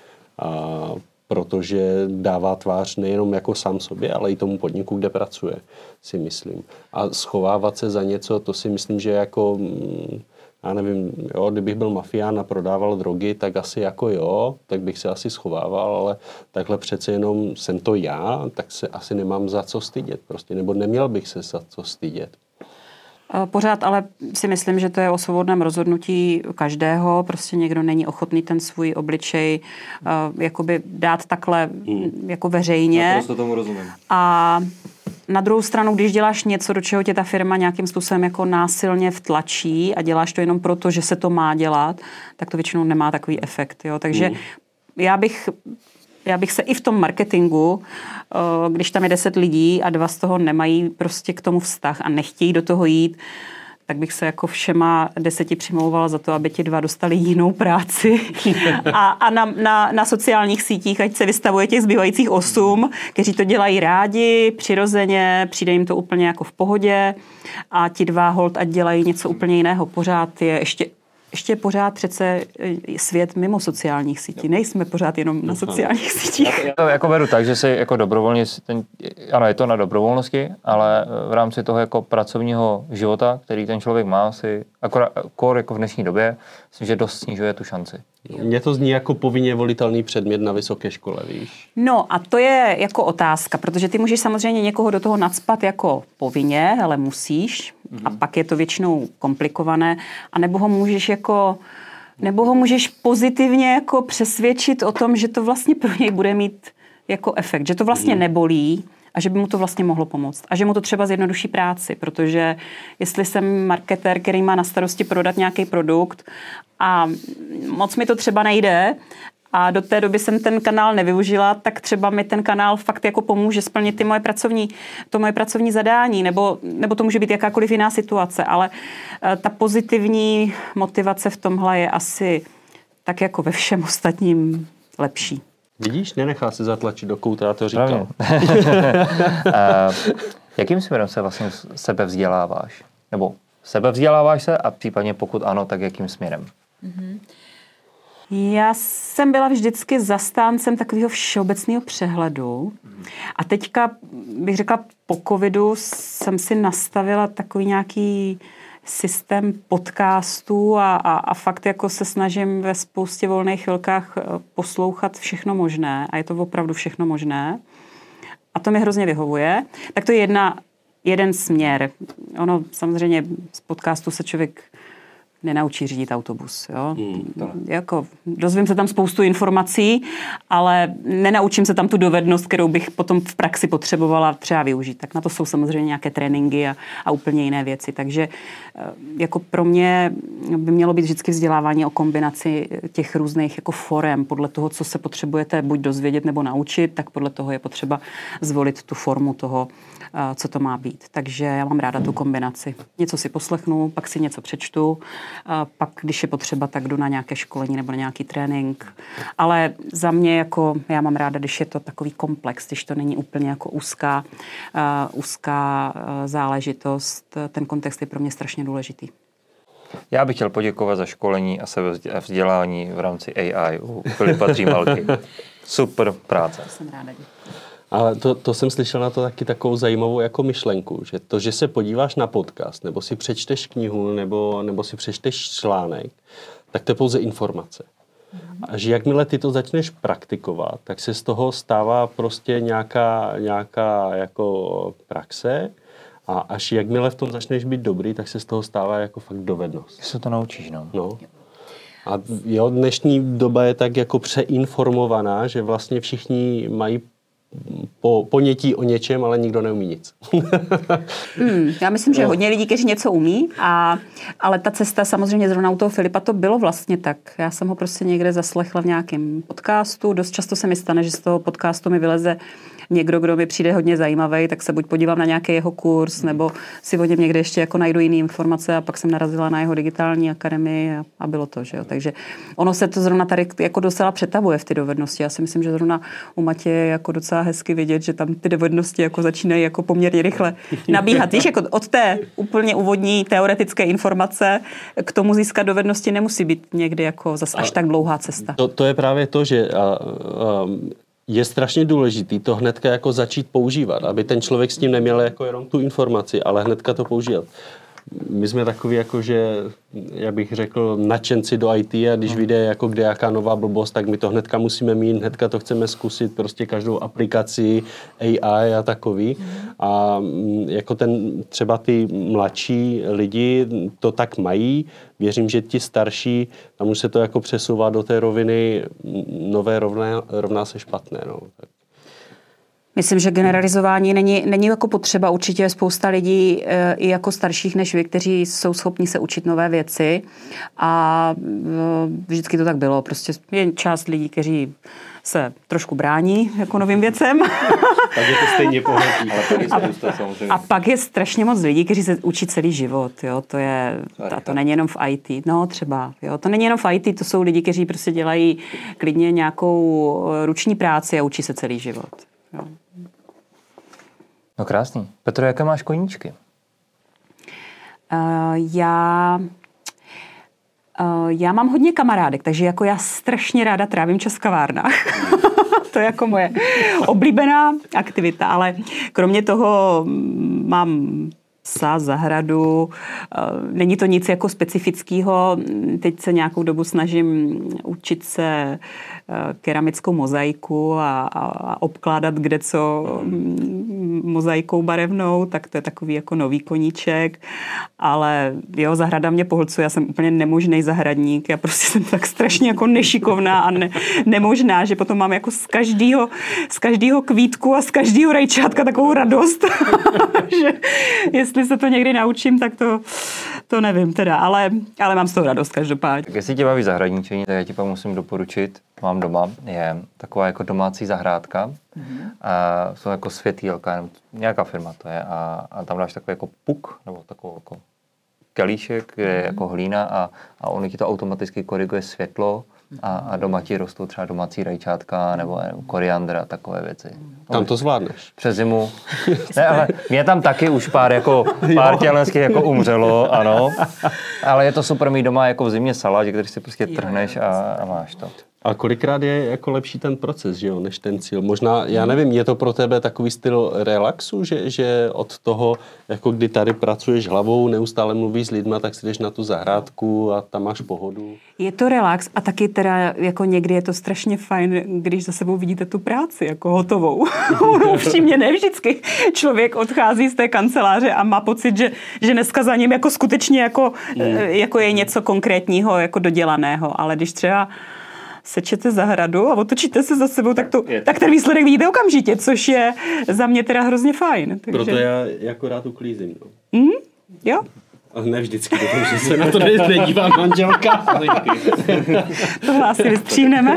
protože dává tvář nejenom jako sám sobě, ale i tomu podniku, kde pracuje, si myslím. A schovávat se za něco, to si myslím, že jako, já nevím, jo, kdybych byl mafián a prodával drogy, tak asi jako jo, tak bych se asi schovával, ale takhle přece jenom jsem to já, tak se asi nemám za co stydět prostě, nebo neměl bych se za co stydět. Pořád ale si myslím, že to je o svobodném rozhodnutí každého. Prostě někdo není ochotný ten svůj obličej jakoby dát takhle jako veřejně. Naprosto tomu rozumím. A na druhou stranu, když děláš něco, do čeho tě ta firma nějakým způsobem jako násilně vtlačí a děláš to jenom proto, že se to má dělat, tak to většinou nemá takový efekt. Jo? Takže já bych se i v tom marketingu, když tam je 10 lidí a 2 z toho nemají prostě k tomu vztah a nechtějí do toho jít, tak bych se jako všema 10 přimlouvala za to, aby ti 2 dostali jinou práci. A na sociálních sítích, ať se vystavuje těch zbývajících 8, kteří to dělají rádi, přirozeně, přijde jim to úplně jako v pohodě a ti 2 holt, ať dělají něco úplně jiného. Pořád je ještě pořád přece svět mimo sociálních sítí. Nejsme pořád jenom na sociálních sítích. Já to jako beru tak, že si jako dobrovolně, ano, je to na dobrovolnosti, ale v rámci toho jako pracovního života, který ten člověk má, si akor jako v dnešní době, myslím, že dost snižuje tu šanci. Mně to zní jako povinně volitelný předmět na vysoké škole, víš? No a to je jako otázka, protože ty můžeš samozřejmě někoho do toho nacpat jako povinně, ale musíš a pak je to většinou komplikované, a nebo ho můžeš pozitivně jako přesvědčit o tom, že to vlastně pro něj bude mít jako efekt, že to vlastně nebolí a že by mu to vlastně mohlo pomoct. A že mu to třeba zjednoduší práci, protože jestli jsem marketér, který má na starosti prodat nějaký produkt a moc mi to třeba nejde a do té doby jsem ten kanál nevyužila, tak třeba mi ten kanál fakt jako pomůže splnit to moje pracovní zadání, nebo to může být jakákoliv jiná situace, ale ta pozitivní motivace v tomhle je asi tak jako ve všem ostatním lepší. Vidíš, nenechá se zatlačit do kouta, já to říkal. Jakým směrem se vlastně sebevzděláváš? Nebo sebevzděláváš se a případně pokud ano, tak jakým směrem? Já jsem byla vždycky zastáncem takového všeobecného přehledu a teďka bych řekla po covidu jsem si nastavila takový nějaký systém podcastů a fakt jako se snažím ve spoustě volných chvilkách poslouchat všechno možné a je to opravdu všechno možné a to mi hrozně vyhovuje. Tak to je jeden směr. Ono samozřejmě z podcastu se člověk nenaučí řídit autobus. Jo? Jako, dozvím se tam spoustu informací, ale nenaučím se tam tu dovednost, kterou bych potom v praxi potřebovala třeba využít. Tak na to jsou samozřejmě nějaké tréninky a úplně jiné věci. Takže jako pro mě by mělo být vždycky vzdělávání o kombinaci těch různých jako forem. Podle toho, co se potřebujete buď dozvědět nebo naučit, tak podle toho je potřeba zvolit tu formu toho, co to má být. Takže já mám ráda tu kombinaci. Něco si poslechnu, pak si něco přečtu, pak, když je potřeba, tak jdu na nějaké školení nebo na nějaký trénink. Ale za mě, jako, já mám ráda, když je to takový komplex, když to není úplně jako úzká záležitost. Ten kontext je pro mě strašně důležitý. Já bych chtěl poděkovat za školení a sebevzdělání v rámci AI u Filipa Dřímalky. Super práce. Jsem ráda, děkuji. Ale to jsem slyšel na to taky takovou zajímavou jako myšlenku, že to, že se podíváš na podcast, nebo si přečteš knihu, nebo si přečteš článek, tak to je pouze informace. A že jakmile ty to začneš praktikovat, tak se z toho stává prostě nějaká jako praxe a až jakmile v tom začneš být dobrý, tak se z toho stává jako fakt dovednost. Ty se to naučíš, no. A jo, dnešní doba je tak jako přeinformovaná, že vlastně všichni mají ponětí o něčem, ale nikdo neumí nic. Já myslím, že hodně lidí, kteří něco umí, ale ta cesta samozřejmě zrovna u toho Filipa to bylo vlastně tak. Já jsem ho prostě někde zaslechla v nějakém podcastu. Dost často se mi stane, že z toho podcastu mi vyleze někdo, kdo mi přijde hodně zajímavý, tak se buď podívám na nějaký jeho kurz, nebo si o něm někde ještě jako najdu jiné informace a pak jsem narazila na jeho digitální akademii a bylo to, že jo. Takže ono se to zrovna tady jako docela přetavuje v ty dovednosti. Já si myslím, že zrovna u Matěje je jako docela hezky vidět, že tam ty dovednosti jako začínají jako poměrně rychle nabíhat. Víš, jako od té úplně úvodní teoretické informace k tomu získat dovednosti nemusí být někdy jako zas až tak dlouhá cesta. To je právě to, že je strašně důležitý to hnedka jako začít používat, aby ten člověk s tím neměl jako jenom tu informaci, ale hnedka to používat. My jsme takový jako, že, jak bych řekl, nadšenci do IT a když vyjde jako kde jaká nová blbost, tak my to hnedka musíme mít, hnedka to chceme zkusit, prostě každou aplikaci, AI a takový. A jako třeba ty mladší lidi to tak mají, věřím, že ti starší, tam už se to jako přesouvá do té roviny nové rovná se špatné. No. Myslím, že generalizování není jako potřeba. Určitě je spousta lidí i jako starších než vy, kteří jsou schopni se učit nové věci a vždycky to tak bylo. Prostě je část lidí, kteří se trošku brání jako novým věcem. Tak je to stejně pohodlí. A pak je strašně moc lidí, kteří se učí celý život. Jo? To není jenom v IT. No třeba. Jo? To není jenom v IT, to jsou lidi, kteří prostě dělají klidně nějakou ruční práci a učí se celý život. Jo. No krásný. Petro, jaké máš koníčky? Já mám hodně kamarádek, takže jako já strašně ráda trávím čas v kavárnách. To je jako moje oblíbená aktivita, ale kromě toho mám psa, zahradu, není to nic jako specifického. Teď se nějakou dobu snažím učit se keramickou mozaiku a obkládat kdeco mozaikou barevnou, tak to je takový jako nový koníček, ale jo, zahrada mě pohlcuje, já jsem úplně nemožný zahradník, já prostě jsem tak strašně jako nešikovná a nemožná, že potom mám jako z každého kvítku a z každého rajčátka takovou radost, že jestli se to někdy naučím, tak to nevím teda, ale mám z toho radost každopádně. Tak jestli tě baví zahradničení, tak já ti pak musím doporučit, mám doma, je taková jako domácí zahrádka, a jsou jako světýlka, nebo nějaká firma to je, a tam dáš takový jako puk, nebo takovou jako kelíšek, kde je jako hlína a on ti to automaticky koriguje světlo a doma ti rostou třeba domácí rajčátka nebo koriandr a takové věci. Tam to zvládneš. Přes zimu. Ne, ale mě tam taky už pár tělenských jako umřelo, ano. Ale je to super mít doma jako v zimě salát, který si prostě trhneš a máš to. A kolikrát je jako lepší ten proces, že jo, než ten cíl? Možná, já nevím, je to pro tebe takový styl relaxu, že od toho, jako kdy tady pracuješ hlavou, neustále mluvíš s lidma, tak si jdeš na tu zahrádku a tam máš pohodu? Je to relax a taky teda jako někdy je to strašně fajn, když za sebou vidíte tu práci jako hotovou. Upřímně ne vždycky člověk odchází z té kanceláře a má pocit, že dneska za ním jako skutečně jako je něco konkrétního, jako dodělaného, ale když třeba sečete zahradu a otočíte se za sebou, tak ten výsledek vidíte okamžitě, což je za mě teda hrozně fajn. Takže... Proto já jako rád uklízím. No. Jo? Ale ne vždycky, protože se na to nedívá manželka. Tohle asi vystříhneme.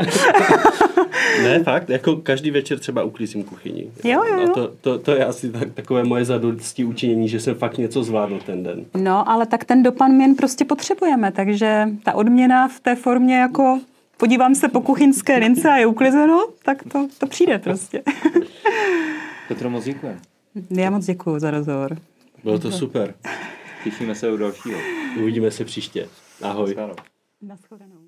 Ne, fakt, jako každý večer třeba uklízím kuchyni. Jo. A to je asi takové moje zadosti učinění, že jsem fakt něco zvládl ten den. No, ale tak ten dopamin prostě potřebujeme, takže ta odměna v té formě jako podívám se po kuchyňské lince a je uklizeno, tak to přijde prostě. Petro, moc děkuji. Já moc děkuji za rozhovor. Bylo to super. Těšíme se u dalšího. Uvidíme se příště. Ahoj. Nashledanou.